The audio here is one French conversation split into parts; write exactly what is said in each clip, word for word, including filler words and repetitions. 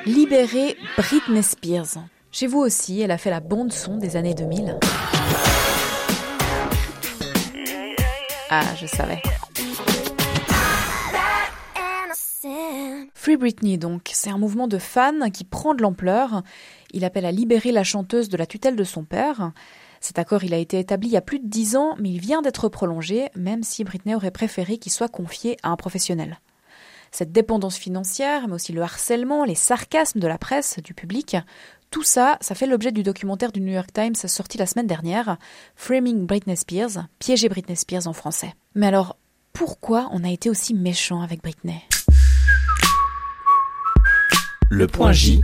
Libérer Britney Spears. Chez vous aussi, elle a fait la bande-son des années deux mille. Ah, je savais. Free Britney, donc, c'est un mouvement de fans qui prend de l'ampleur. Il appelle à libérer la chanteuse de la tutelle de son père. Cet accord, il a été établi il y a plus de dix ans, mais il vient d'être prolongé, même si Britney aurait préféré qu'il soit confié à un professionnel. Cette dépendance financière, mais aussi le harcèlement, les sarcasmes de la presse, du public, tout ça, ça fait l'objet du documentaire du New York Times sorti la semaine dernière, Framing Britney Spears, Piéger Britney Spears en français. Mais alors, pourquoi on a été aussi méchant avec Britney ? Le point J.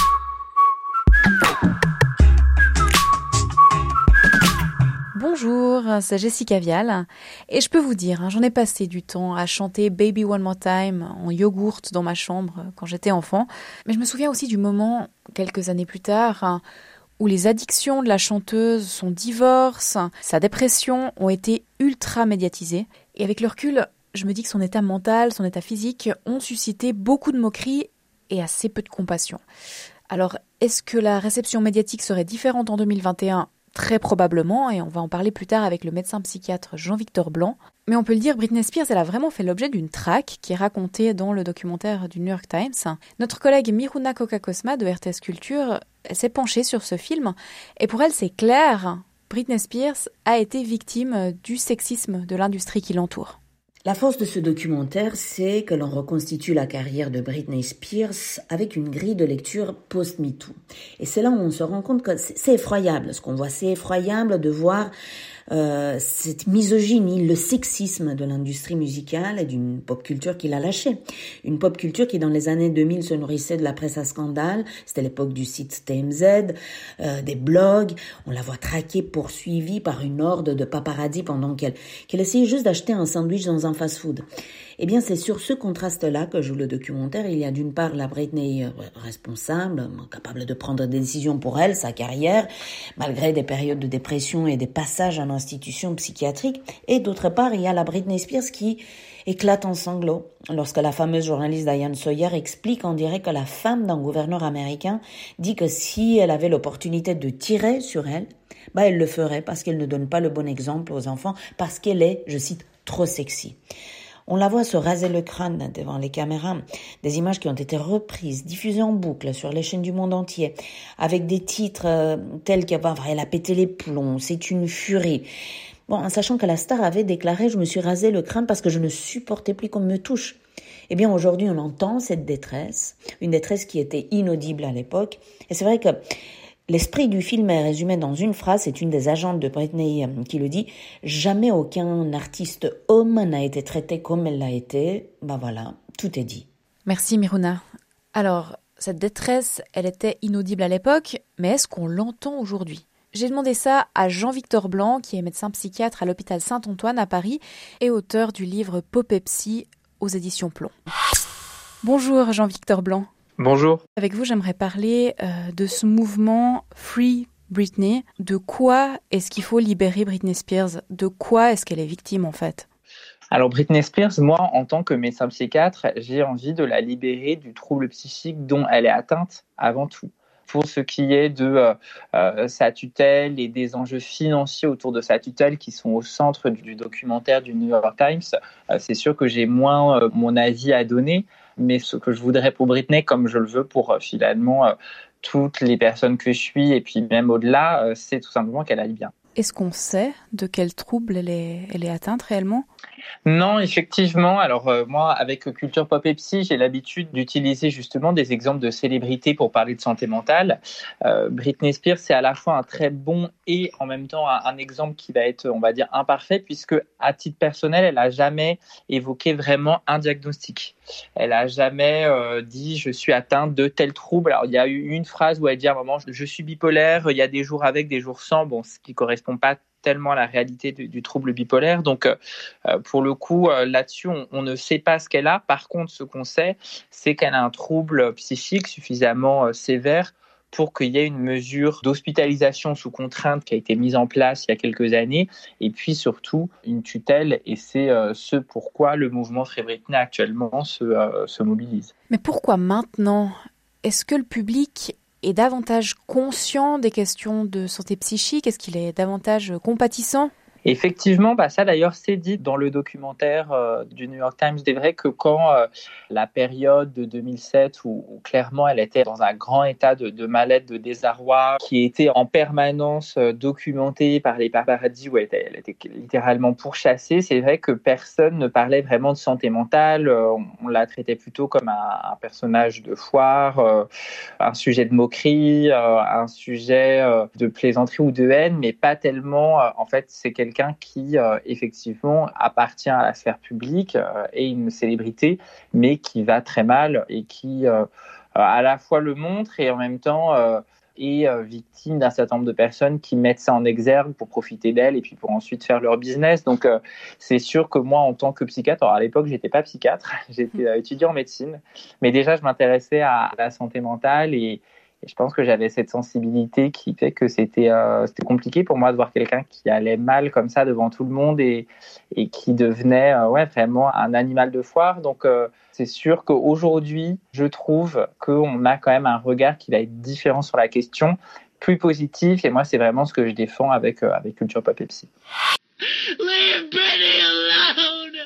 Bonjour, c'est Jessica Vial, et je peux vous dire, j'en ai passé du temps à chanter Baby One More Time en yogourt dans ma chambre quand j'étais enfant, mais je me souviens aussi du moment, quelques années plus tard, où les addictions de la chanteuse, son divorce, sa dépression ont été ultra médiatisées, et avec le recul, je me dis que son état mental, son état physique ont suscité beaucoup de moqueries et assez peu de compassion. Alors, est-ce que la réception médiatique serait différente en deux mille vingt et un ? Très probablement, et on va en parler plus tard avec le médecin psychiatre Jean-Victor Blanc. Mais on peut le dire, Britney Spears, elle a vraiment fait l'objet d'une traque qui est racontée dans le documentaire du New York Times. Notre collègue Miruna Kokakosma de R T S Culture elle s'est penchée sur ce film, et pour elle, c'est clair, Britney Spears a été victime du sexisme de l'industrie qui l'entoure. La force de ce documentaire, c'est que l'on reconstitue la carrière de Britney Spears avec une grille de lecture post-MeToo. Et c'est là où on se rend compte que c'est effroyable ce qu'on voit. C'est effroyable de voir euh, cette misogynie, le sexisme de l'industrie musicale et d'une pop culture qui l'a lâchée. Une pop culture qui, dans les années deux mille, se nourrissait de la presse à scandale. C'était l'époque du site T M Z, euh, des blogs. On la voit traquée, poursuivie par une horde de paparazzi pendant qu'elle, qu'elle essayait juste d'acheter un sandwich dans un fast-food. Eh bien, c'est sur ce contraste-là que joue le documentaire. Il y a d'une part la Britney responsable, capable de prendre des décisions pour elle, sa carrière, malgré des périodes de dépression et des passages en institution psychiatrique. Et d'autre part, il y a la Britney Spears qui éclate en sanglots lorsque la fameuse journaliste Diane Sawyer explique en direct que la femme d'un gouverneur américain dit que si elle avait l'opportunité de tirer sur elle, bah elle le ferait parce qu'elle ne donne pas le bon exemple aux enfants, parce qu'elle est, je cite, trop sexy. On la voit se raser le crâne devant les caméras, des images qui ont été reprises, diffusées en boucle sur les chaînes du monde entier, avec des titres euh, tels qu'elle a pété les plombs, c'est une furie. Bon, en sachant que la star avait déclaré « Je me suis rasé le crâne parce que je ne supportais plus qu'on me touche ». Eh bien, aujourd'hui, on entend cette détresse, une détresse qui était inaudible à l'époque. Et c'est vrai que l'esprit du film est résumé dans une phrase, c'est une des agentes de Britney qui le dit « Jamais aucun artiste homme n'a été traité comme elle l'a été. » Ben voilà, tout est dit. Merci Miruna. Alors, cette détresse, elle était inaudible à l'époque, mais est-ce qu'on l'entend aujourd'hui ? J'ai demandé ça à Jean-Victor Blanc, qui est médecin psychiatre à l'hôpital Saint-Antoine à Paris et auteur du livre Pop et Psy aux éditions Plomb. Bonjour Jean-Victor Blanc. Bonjour. Avec vous, j'aimerais parler euh, de ce mouvement Free Britney. De quoi est-ce qu'il faut libérer Britney Spears ? De quoi est-ce qu'elle est victime en fait ? Alors Britney Spears, moi en tant que médecin psychiatre, j'ai envie de la libérer du trouble psychique dont elle est atteinte avant tout. Pour ce qui est de euh, euh, sa tutelle et des enjeux financiers autour de sa tutelle qui sont au centre du, du documentaire du New York Times, euh, c'est sûr que j'ai moins euh, mon avis à donner, mais ce que je voudrais pour Britney, comme je le veux pour euh, finalement euh, toutes les personnes que je suis, et puis même au-delà, euh, c'est tout simplement qu'elle aille bien. Est-ce qu'on sait de quel trouble elle est, elle est atteinte réellement ? Non, effectivement. Alors euh, moi, avec Culture Pop et Psy, j'ai l'habitude d'utiliser justement des exemples de célébrités pour parler de santé mentale. Euh, Britney Spears, c'est à la fois un très bon et en même temps un, un exemple qui va être, on va dire, imparfait, puisque à titre personnel, elle n'a jamais évoqué vraiment un diagnostic. Elle n'a jamais euh, dit « je suis atteinte de tel trouble ». Alors il y a eu une phrase où elle dit à un moment « je suis bipolaire, il y a des jours avec, des jours sans », bon, ce qui ne correspond pas tellement à la réalité du, du trouble bipolaire. Donc, euh, pour le coup, euh, là-dessus, on, on ne sait pas ce qu'elle a. Par contre, ce qu'on sait, c'est qu'elle a un trouble psychique suffisamment euh, sévère pour qu'il y ait une mesure d'hospitalisation sous contrainte qui a été mise en place il y a quelques années, et puis surtout une tutelle, et c'est euh, ce pourquoi le mouvement Free Britney actuellement se, euh, se mobilise. Mais pourquoi maintenant ? est-ce que le public est davantage conscient des questions de santé psychique? Est-ce qu'il est davantage compatissant? Effectivement, bah ça d'ailleurs c'est dit dans le documentaire euh, du New York Times. C'est vrai que quand euh, la période de deux mille sept où, où clairement elle était dans un grand état de, de mal-être, de désarroi, qui était en permanence euh, documentée par les paparazzi, où elle était, elle était littéralement pourchassée, c'est vrai que personne ne parlait vraiment de santé mentale. Euh, on, on la traitait plutôt comme un, un personnage de foire, euh, un sujet de moquerie, euh, un sujet euh, de plaisanterie ou de haine, mais pas tellement. Euh, en fait, c'est quelqu'un quelqu'un qui, euh, effectivement, appartient à la sphère publique, euh, est une célébrité, mais qui va très mal et qui, euh, à la fois le montre et en même temps euh, est euh, victime d'un certain nombre de personnes qui mettent ça en exergue pour profiter d'elle et puis pour ensuite faire leur business. Donc, euh, c'est sûr que moi, en tant que psychiatre, alors à l'époque, j'étais pas psychiatre, j'étais euh, étudiant en médecine, mais déjà, je m'intéressais à la santé mentale et Et je pense que j'avais cette sensibilité qui fait que c'était, euh, c'était compliqué pour moi de voir quelqu'un qui allait mal comme ça devant tout le monde et, et qui devenait euh, ouais, vraiment un animal de foire. Donc euh, c'est sûr qu'aujourd'hui, je trouve qu'on a quand même un regard qui va être différent sur la question, plus positif. Et moi, c'est vraiment ce que je défends avec, euh, avec Culture Pop et Psy. Leave Britney alone,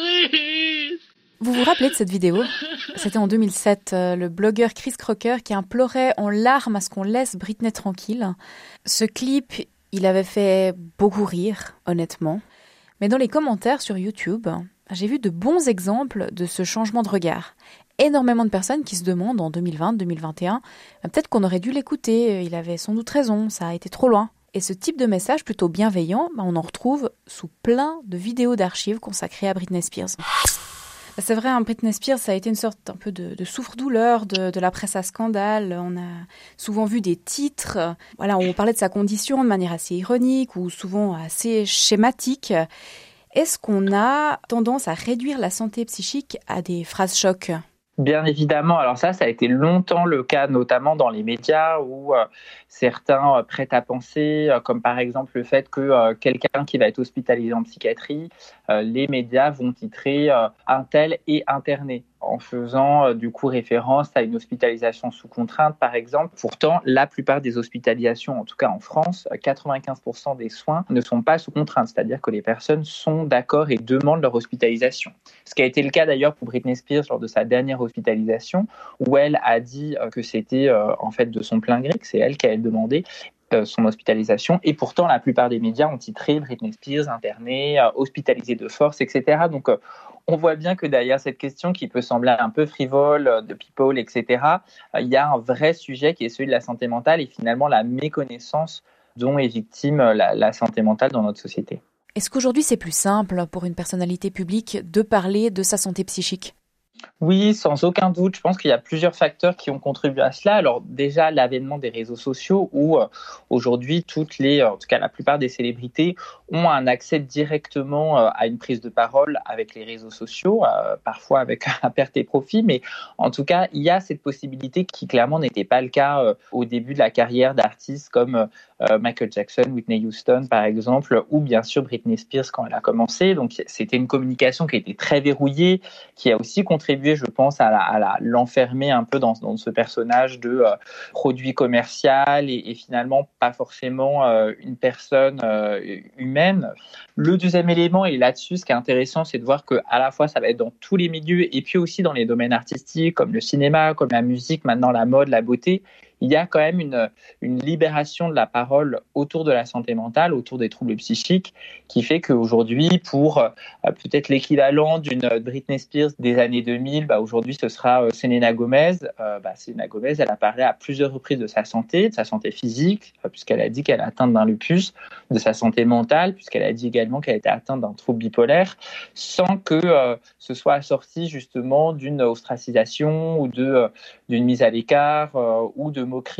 please. Vous vous rappelez de cette vidéo? C'était en deux mille sept, euh, le blogueur Chris Crocker qui implorait en larmes à ce qu'on laisse Britney tranquille. Ce clip, il avait fait beaucoup rire, honnêtement. Mais dans les commentaires sur YouTube, j'ai vu de bons exemples de ce changement de regard. Énormément de personnes qui se demandent en deux mille vingt, deux mille vingt et un, peut-être qu'on aurait dû l'écouter, il avait sans doute raison, ça a été trop loin. Et ce type de message plutôt bienveillant, on en retrouve sous plein de vidéos d'archives consacrées à Britney Spears. C'est vrai, hein, Britney Spears, ça a été une sorte un peu de, de souffre-douleur de, de la presse à scandale. On a souvent vu des titres, voilà, où on parlait de sa condition de manière assez ironique ou souvent assez schématique. Est-ce qu'on a tendance à réduire la santé psychique à des phrases chocs ? Bien évidemment. Alors ça, ça a été longtemps le cas, notamment dans les médias où euh, certains euh, prêtent à penser, euh, comme par exemple le fait que euh, quelqu'un qui va être hospitalisé en psychiatrie, euh, les médias vont titrer euh, un tel est interné, en faisant euh, du coup référence à une hospitalisation sous contrainte, par exemple. Pourtant, la plupart des hospitalisations, en tout cas en France, quatre-vingt-quinze pour cent des soins ne sont pas sous contrainte, c'est-à-dire que les personnes sont d'accord et demandent leur hospitalisation. Ce qui a été le cas d'ailleurs pour Britney Spears lors de sa dernière hospitalisation, où elle a dit que c'était euh, en fait de son plein gré, que c'est elle qui avait demandé euh, son hospitalisation, et pourtant la plupart des médias ont titré Britney Spears internée, euh, hospitalisée de force, et cetera. Donc euh, on voit bien que derrière cette question qui peut sembler un peu frivole, de people, et cetera, euh, il y a un vrai sujet qui est celui de la santé mentale et finalement la méconnaissance dont est victime la, la santé mentale dans notre société. Est-ce qu'aujourd'hui c'est plus simple pour une personnalité publique de parler de sa santé psychique ? Oui, sans aucun doute. Je pense qu'il y a plusieurs facteurs qui ont contribué à cela. Alors déjà, l'avènement des réseaux sociaux où euh, aujourd'hui, toutes les, en tout cas la plupart des célébrités ont un accès directement euh, à une prise de parole avec les réseaux sociaux, euh, parfois avec un perte et profit, mais en tout cas, il y a cette possibilité qui clairement n'était pas le cas euh, au début de la carrière d'artistes comme euh, Michael Jackson, Whitney Houston par exemple, ou bien sûr Britney Spears quand elle a commencé. Donc c'était une communication qui était très verrouillée, qui a aussi contribué, je pense, à, la, à la, l'enfermer un peu dans, dans ce personnage de euh, produit commercial et, et finalement pas forcément euh, une personne euh, humaine. Le deuxième élément, et là-dessus, ce qui est intéressant, c'est de voir qu'à la fois, ça va être dans tous les milieux et puis aussi dans les domaines artistiques, comme le cinéma, comme la musique, maintenant la mode, la beauté. Il y a quand même une, une libération de la parole autour de la santé mentale, autour des troubles psychiques, qui fait qu'aujourd'hui, pour euh, peut-être l'équivalent d'une Britney Spears des années deux mille, bah aujourd'hui ce sera euh, Selena Gomez. Euh, bah, Selena Gomez, elle a parlé à plusieurs reprises de sa santé, de sa santé physique, euh, puisqu'elle a dit qu'elle est atteinte d'un lupus, de sa santé mentale, puisqu'elle a dit également qu'elle était atteinte d'un trouble bipolaire, sans que euh, ce soit assorti justement d'une ostracisation ou de, euh, d'une mise à l'écart euh, ou de moquerie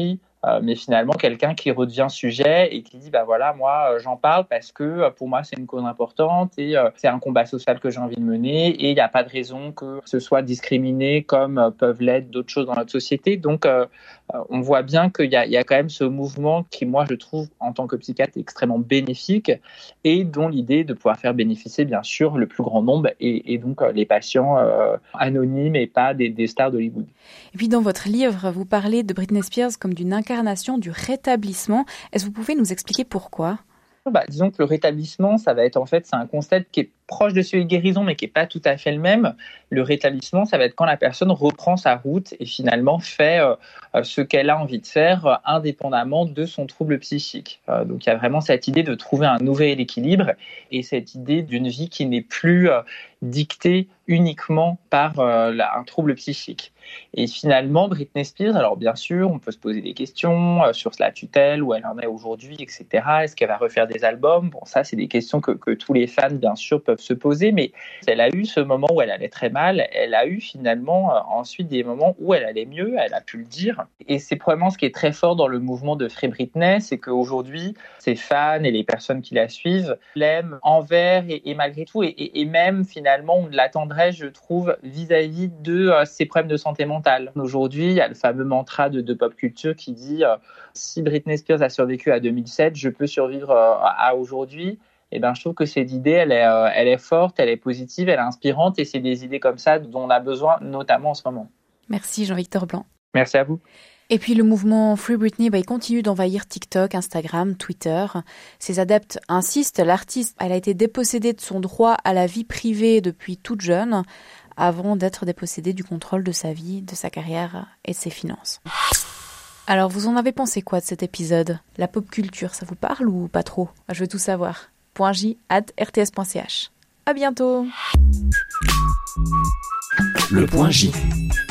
Euh, mais finalement, quelqu'un qui redevient sujet et qui dit, bah voilà, moi, euh, j'en parle parce que euh, pour moi, c'est une cause importante et euh, c'est un combat social que j'ai envie de mener et il n'y a pas de raison que ce soit discriminé comme euh, peuvent l'être d'autres choses dans notre société. Donc, euh, euh, on voit bien qu'il y a, il y a quand même ce mouvement qui, moi, je trouve, en tant que psychiatre, extrêmement bénéfique et dont l'idée est de pouvoir faire bénéficier, bien sûr, le plus grand nombre et, et donc euh, les patients euh, anonymes et pas des, des stars d'Hollywood. Et puis dans votre livre, vous parlez de Britney Spears comme d'une incarnation du rétablissement. Est-ce que vous pouvez nous expliquer pourquoi ? Bah, disons que le rétablissement, ça va être en fait, c'est un concept qui est proche de celui de guérison, mais qui n'est pas tout à fait le même. Le rétablissement, ça va être quand la personne reprend sa route et finalement fait euh, ce qu'elle a envie de faire euh, indépendamment de son trouble psychique. Euh, donc il y a vraiment cette idée de trouver un nouvel équilibre et cette idée d'une vie qui n'est plus euh, dictée uniquement par euh, la, un trouble psychique. Et finalement, Britney Spears, alors bien sûr, on peut se poser des questions euh, sur la tutelle, où elle en est aujourd'hui, et cetera. Est-ce qu'elle va refaire des albums ? Bon, ça, c'est des questions que, que tous les fans, bien sûr, peuvent se poser, mais elle a eu ce moment où elle allait très mal, elle a eu finalement euh, ensuite des moments où elle allait mieux, elle a pu le dire. Et c'est probablement ce qui est très fort dans le mouvement de Free Britney, c'est qu'aujourd'hui, ses fans et les personnes qui la suivent l'aiment envers et, et malgré tout, et, et, et même finalement, on l'attendrait, je trouve, vis-à-vis de euh, ses problèmes de santé mentale. Aujourd'hui, il y a le fameux mantra de, de pop culture qui dit euh, si Britney Spears a survécu à deux mille sept, je peux survivre euh, à aujourd'hui. Et ben, je trouve que cette idée, elle est, euh, elle est forte, elle est positive, elle est inspirante et c'est des idées comme ça dont on a besoin, notamment en ce moment. Merci Jean-Victor Blanc. Merci à vous. Et puis le mouvement Free Britney, bah, il continue d'envahir TikTok, Instagram, Twitter. Ses adeptes insistent, l'artiste, elle a été dépossédée de son droit à la vie privée depuis toute jeune, avant d'être dépossédée du contrôle de sa vie, de sa carrière et de ses finances. Alors, vous en avez pensé quoi de cet épisode ? La pop culture, ça vous parle ou pas trop ? Je veux tout savoir. .j arobase r t s point c h. À bientôt. Le point J.